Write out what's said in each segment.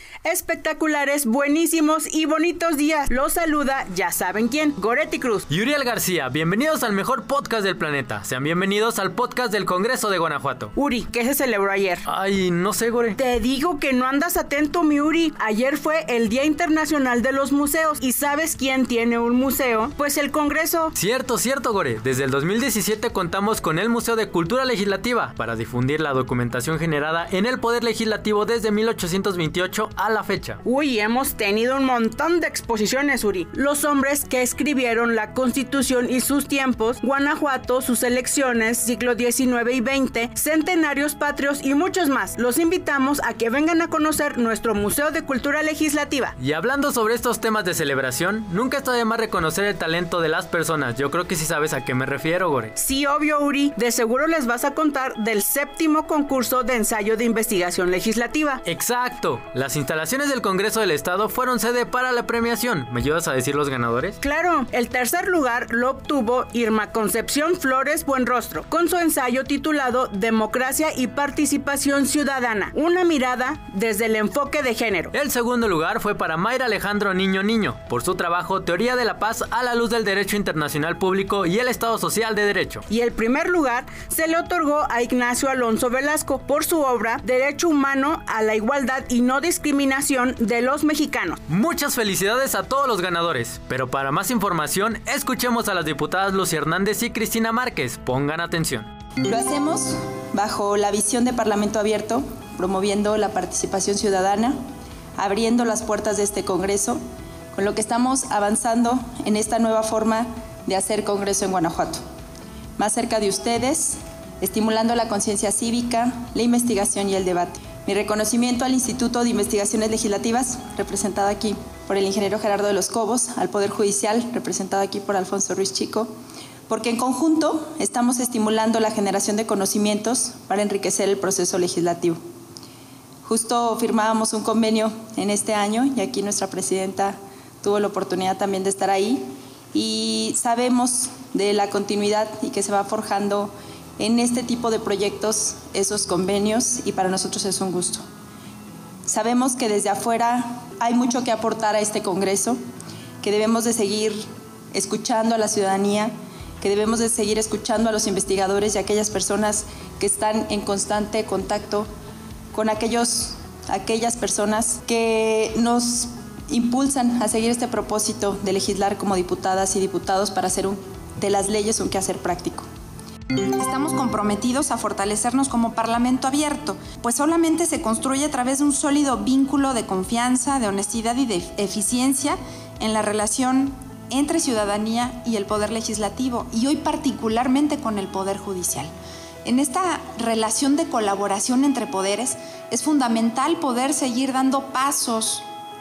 Espectaculares, buenísimos y bonitos días. Los saluda, ya saben quién, Goretti Cruz y Uriel García. Bienvenidos al mejor podcast del planeta. Sean bienvenidos al podcast del Congreso de Guanajuato. Uri, ¿qué se celebró ayer? Ay, no sé, Gore. Te digo que no andas atento, mi Uri. Ayer fue el Día Internacional de los Museos. ¿Y sabes quién tiene un museo? Pues el Congreso. Cierto, Gore. Desde el 2017 contamos con el Museo de Cultura Legislativa para difundir la documentación generada en el Poder Legislativo desde 1828 a la fecha. Uy, hemos tenido un montón de exposiciones, Uri. Los hombres que escribieron la Constitución y sus tiempos, Guanajuato, sus elecciones, siglo XIX y XX, centenarios patrios y muchos más. Los invitamos a que vengan a conocer nuestro Museo de Cultura Legislativa. Y hablando sobre estos temas de celebración, nunca está de más reconocer el talento de las personas. Yo creo que sí sabes a qué me refiero, Gore. Sí, obvio, Uri. De seguro les vas a contar del 7º concurso de ensayo de investigación legislativa. Exacto. Las instalaciones del Congreso del Estado fueron sede para la premiación. ¿Me ayudas a decir los ganadores? Claro, el tercer lugar lo obtuvo Irma Concepción Flores Buenrostro, con su ensayo titulado Democracia y Participación Ciudadana, una mirada desde el enfoque de género. El segundo lugar fue para Mayra Alejandro Niño, por su trabajo Teoría de la Paz a la luz del derecho internacional público y el Estado social de derecho. Y el primer lugar se le otorgó a Ignacio Alonso Velasco por su obra Derecho Humano a la Igualdad y No Discriminación de los Mexicanos. Muchas felicidades a todos los ganadores, pero para más información, escuchemos a las diputadas Lucy Hernández y Cristina Márquez. Pongan atención. Lo hacemos bajo la visión de Parlamento Abierto, promoviendo la participación ciudadana, abriendo las puertas de este Congreso, con lo que estamos avanzando en esta nueva forma de hacer Congreso en Guanajuato. Más cerca de ustedes, estimulando la conciencia cívica, la investigación y el debate. Mi reconocimiento al Instituto de Investigaciones Legislativas, representado aquí por el ingeniero Gerardo de los Cobos, al Poder Judicial, representado aquí por Alfonso Ruiz Chico, porque en conjunto estamos estimulando la generación de conocimientos para enriquecer el proceso legislativo. Justo firmábamos un convenio en este año y aquí nuestra presidenta tuvo la oportunidad también de estar ahí y sabemos de la continuidad y que se va forjando en este tipo de proyectos esos convenios y para nosotros es un gusto. Sabemos que desde afuera hay mucho que aportar a este Congreso, que debemos de seguir escuchando a la ciudadanía, que debemos de seguir escuchando a los investigadores y a aquellas personas que están en constante contacto con aquellas personas que nos impulsan a seguir este propósito de legislar como diputadas y diputados para hacer de las leyes un quehacer práctico. Estamos comprometidos a fortalecernos como Parlamento Abierto, pues solamente se construye a través de un sólido vínculo de confianza, de honestidad y de eficiencia en la relación entre ciudadanía y el Poder Legislativo, y hoy particularmente con el Poder Judicial. En esta relación de colaboración entre poderes es fundamental poder seguir dando pasos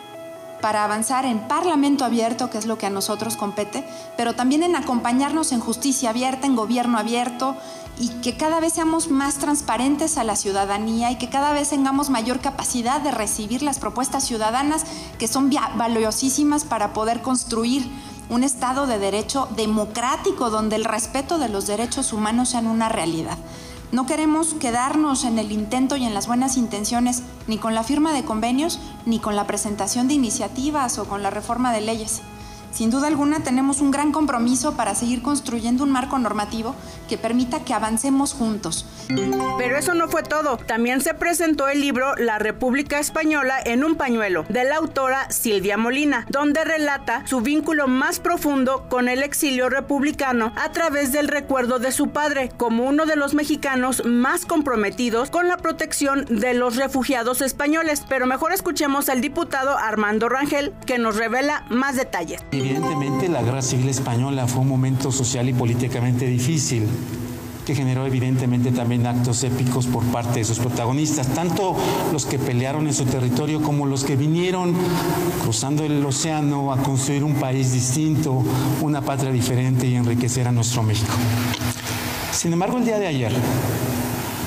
para avanzar en Parlamento Abierto, que es lo que a nosotros compete, pero también en acompañarnos en justicia abierta, en gobierno abierto, y que cada vez seamos más transparentes a la ciudadanía y que cada vez tengamos mayor capacidad de recibir las propuestas ciudadanas que son valiosísimas para poder construir un Estado de Derecho democrático donde el respeto de los derechos humanos sean una realidad. No queremos quedarnos en el intento y en las buenas intenciones, ni con la firma de convenios, ni con la presentación de iniciativas o con la reforma de leyes. Sin duda alguna tenemos un gran compromiso para seguir construyendo un marco normativo que permita que avancemos juntos. Pero eso no fue todo. También se presentó el libro La República Española en un pañuelo, de la autora Silvia Molina, donde relata su vínculo más profundo con el exilio republicano a través del recuerdo de su padre, como uno de los mexicanos más comprometidos con la protección de los refugiados españoles. Pero mejor escuchemos al diputado Armando Rangel, que nos revela más detalles. Evidentemente, la Guerra Civil Española fue un momento social y políticamente difícil, que generó evidentemente también actos épicos por parte de sus protagonistas, tanto los que pelearon en su territorio como los que vinieron cruzando el océano a construir un país distinto, una patria diferente y enriquecer a nuestro México. Sin embargo, el día de ayer,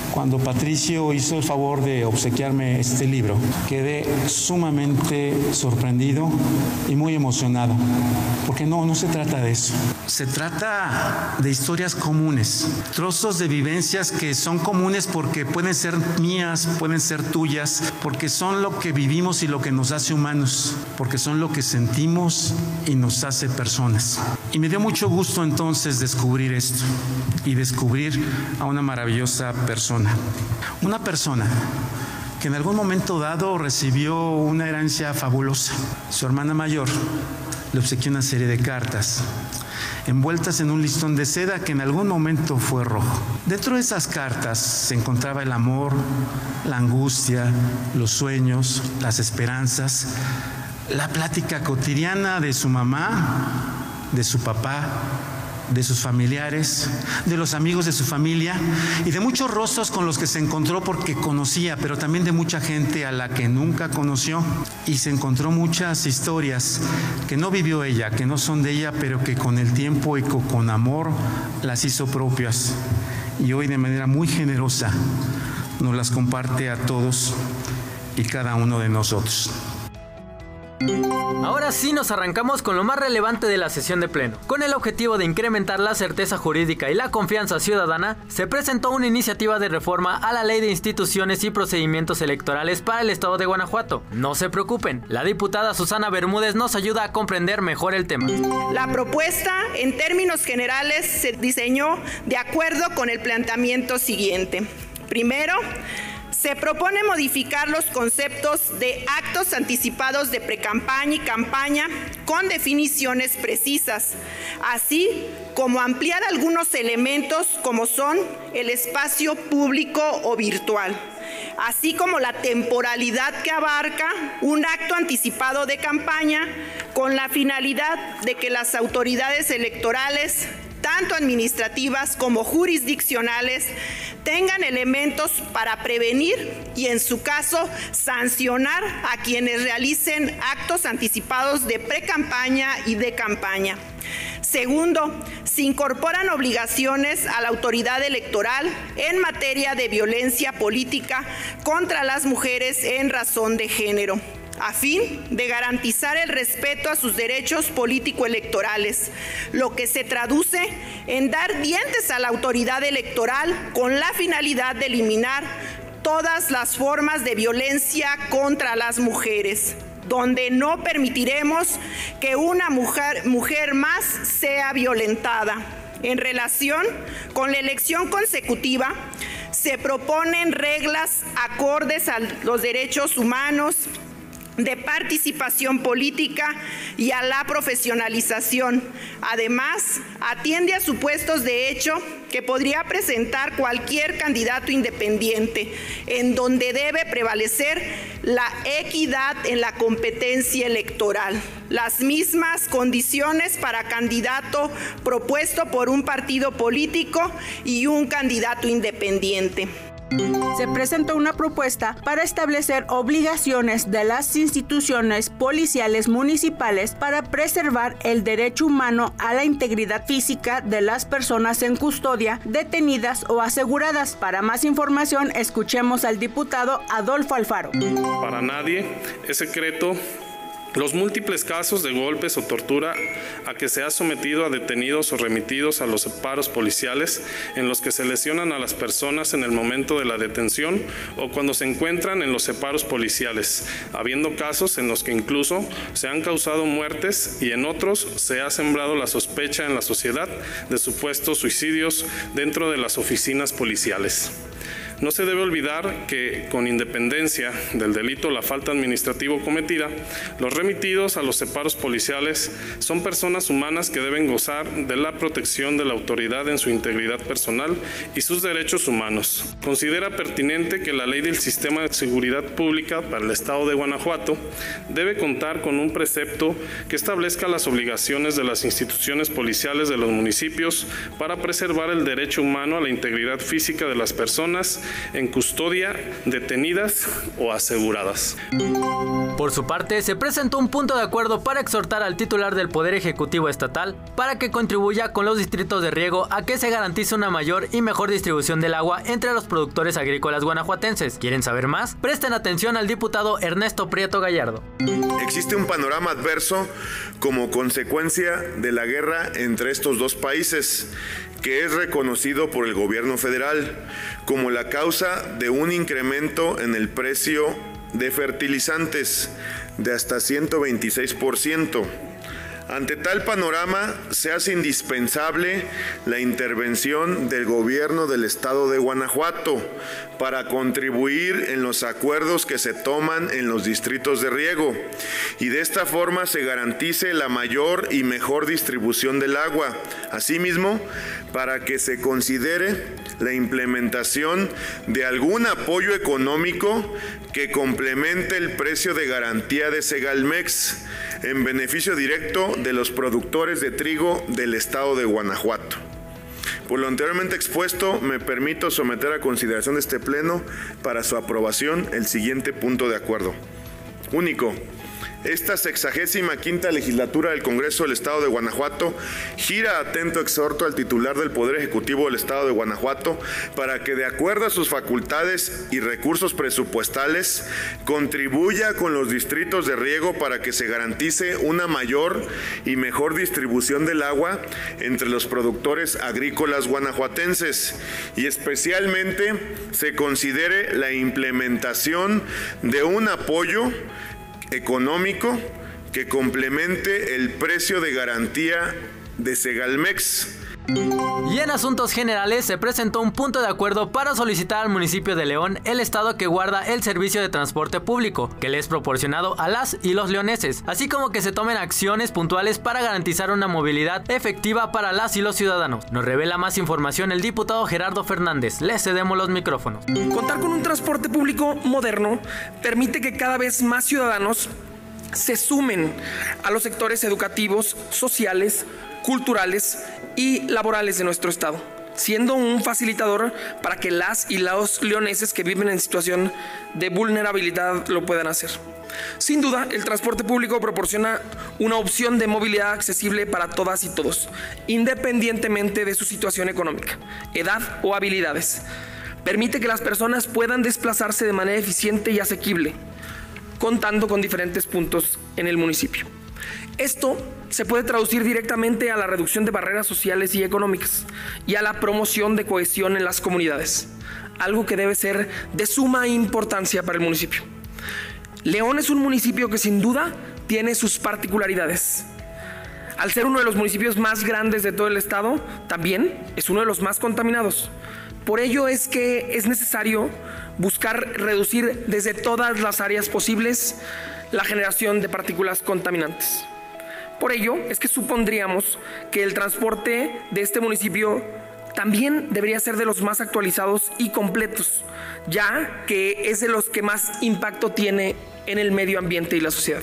Cuando Patricio hizo el favor de obsequiarme este libro, quedé sumamente sorprendido y muy emocionado, porque no se trata de eso. Se trata de historias comunes, trozos de vivencias que son comunes porque pueden ser mías, pueden ser tuyas, porque son lo que vivimos y lo que nos hace humanos, porque son lo que sentimos y nos hace personas. Y me dio mucho gusto entonces descubrir esto y descubrir a una maravillosa persona. Una persona que en algún momento dado recibió una herencia fabulosa. Su hermana mayor le obsequió una serie de cartas envueltas en un listón de seda que en algún momento fue rojo. Dentro de esas cartas se encontraba el amor, la angustia, los sueños, las esperanzas, la plática cotidiana de su mamá, de su papá, de sus familiares, de los amigos de su familia y de muchos rostros con los que se encontró porque conocía, pero también de mucha gente a la que nunca conoció. Y se encontró muchas historias que no vivió ella, que no son de ella, pero que con el tiempo y con amor las hizo propias. Y hoy de manera muy generosa nos las comparte a todos y cada uno de nosotros. Ahora sí nos arrancamos con lo más relevante de la sesión de pleno. Con el objetivo de incrementar la certeza jurídica y la confianza ciudadana, se presentó una iniciativa de reforma a la Ley de Instituciones y Procedimientos Electorales para el Estado de Guanajuato. No se preocupen, la diputada Susana Bermúdez nos ayuda a comprender mejor el tema. La propuesta, en términos generales, se diseñó de acuerdo con el planteamiento siguiente. Primero, se propone modificar los conceptos de actos anticipados de precampaña y campaña con definiciones precisas, así como ampliar algunos elementos como son el espacio público o virtual, así como la temporalidad que abarca un acto anticipado de campaña con la finalidad de que las autoridades electorales, tanto administrativas como jurisdiccionales, tengan elementos para prevenir y, en su caso, sancionar a quienes realicen actos anticipados de precampaña y de campaña. Segundo, se incorporan obligaciones a la autoridad electoral en materia de violencia política contra las mujeres en razón de género, a fin de garantizar el respeto a sus derechos político-electorales, lo que se traduce en dar dientes a la autoridad electoral con la finalidad de eliminar todas las formas de violencia contra las mujeres, donde no permitiremos que una mujer más sea violentada. En relación con la elección consecutiva, se proponen reglas acordes a los derechos humanos, de participación política y a la profesionalización. Además, atiende a supuestos de hecho que podría presentar cualquier candidato independiente, en donde debe prevalecer la equidad en la competencia electoral. Las mismas condiciones para candidato propuesto por un partido político y un candidato independiente. Se presentó una propuesta para establecer obligaciones de las instituciones policiales municipales para preservar el derecho humano a la integridad física de las personas en custodia, detenidas o aseguradas. Para más información, escuchemos al diputado Adolfo Alfaro. Para nadie es secreto los múltiples casos de golpes o tortura a que se ha sometido a detenidos o remitidos a los separos policiales, en los que se lesionan a las personas en el momento de la detención o cuando se encuentran en los separos policiales, habiendo casos en los que incluso se han causado muertes y en otros se ha sembrado la sospecha en la sociedad de supuestos suicidios dentro de las oficinas policiales. No se debe olvidar que, con independencia del delito o la falta administrativa cometida, los remitidos a los separos policiales son personas humanas que deben gozar de la protección de la autoridad en su integridad personal y sus derechos humanos. Considera pertinente que la Ley del Sistema de Seguridad Pública para el Estado de Guanajuato debe contar con un precepto que establezca las obligaciones de las instituciones policiales de los municipios para preservar el derecho humano a la integridad física de las personas en custodia, detenidas o aseguradas. Por su parte, se presentó un punto de acuerdo para exhortar al titular del Poder Ejecutivo Estatal para que contribuya con los distritos de riego a que se garantice una mayor y mejor distribución del agua entre los productores agrícolas guanajuatenses. ¿Quieren saber más? Presten atención al diputado Ernesto Prieto Gallardo. Existe un panorama adverso como consecuencia de la guerra entre estos dos países, que es reconocido por el gobierno federal como la causa de un incremento en el precio de fertilizantes de hasta 126%. Ante tal panorama, se hace indispensable la intervención del gobierno del estado de Guanajuato para contribuir en los acuerdos que se toman en los distritos de riego y de esta forma se garantice la mayor y mejor distribución del agua. Asimismo, para que se considere la implementación de algún apoyo económico que complemente el precio de garantía de Segalmex en beneficio directo de los productores de trigo del estado de Guanajuato. Por lo anteriormente expuesto, me permito someter a consideración de este pleno para su aprobación el siguiente punto de acuerdo. Único. Esta 65ª legislatura del Congreso del Estado de Guanajuato gira atento exhorto al titular del Poder Ejecutivo del Estado de Guanajuato para que, de acuerdo a sus facultades y recursos presupuestales, contribuya con los distritos de riego para que se garantice una mayor y mejor distribución del agua entre los productores agrícolas guanajuatenses y especialmente se considere la implementación de un apoyo económico que complemente el precio de garantía de Segalmex. Y en asuntos generales se presentó un punto de acuerdo para solicitar al municipio de León, el estado que guarda el servicio de transporte público, que le es proporcionado a las y los leoneses, así como que se tomen acciones puntuales para garantizar una movilidad efectiva para las y los ciudadanos. Nos revela más información el diputado Gerardo Fernández. Le cedemos los micrófonos. Contar con un transporte público moderno permite que cada vez más ciudadanos se sumen a los sectores educativos, sociales, culturales y laborales de nuestro estado, siendo un facilitador para que las y los leoneses que viven en situación de vulnerabilidad lo puedan hacer. Sin duda, el transporte público proporciona una opción de movilidad accesible para todas y todos, independientemente de su situación económica, edad o habilidades. Permite que las personas puedan desplazarse de manera eficiente y asequible, contando con diferentes puntos en el municipio. Esto se puede traducir directamente a la reducción de barreras sociales y económicas y a la promoción de cohesión en las comunidades, algo que debe ser de suma importancia para el municipio. León es un municipio que sin duda tiene sus particularidades. Al ser uno de los municipios más grandes de todo el estado, también es uno de los más contaminados. Por ello es que es necesario buscar reducir desde todas las áreas posibles la generación de partículas contaminantes. Por ello es que supondríamos que el transporte de este municipio también debería ser de los más actualizados y completos, ya que es de los que más impacto tiene en el medio ambiente y la sociedad.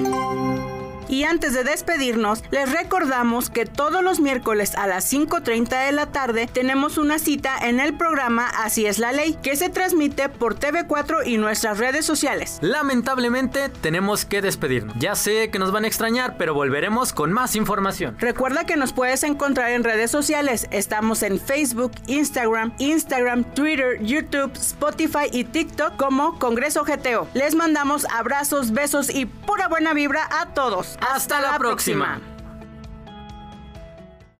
Y antes de despedirnos, les recordamos que todos los miércoles a las 5:30 de la tarde tenemos una cita en el programa Así es la Ley, que se transmite por TV4 y nuestras redes sociales. Lamentablemente tenemos que despedirnos. Ya sé que nos van a extrañar, pero volveremos con más información. Recuerda que nos puedes encontrar en redes sociales. Estamos en Facebook, Instagram, Twitter, YouTube, Spotify y TikTok como Congreso GTO. Les mandamos abrazos, besos y pura buena vibra a todos. Hasta la próxima.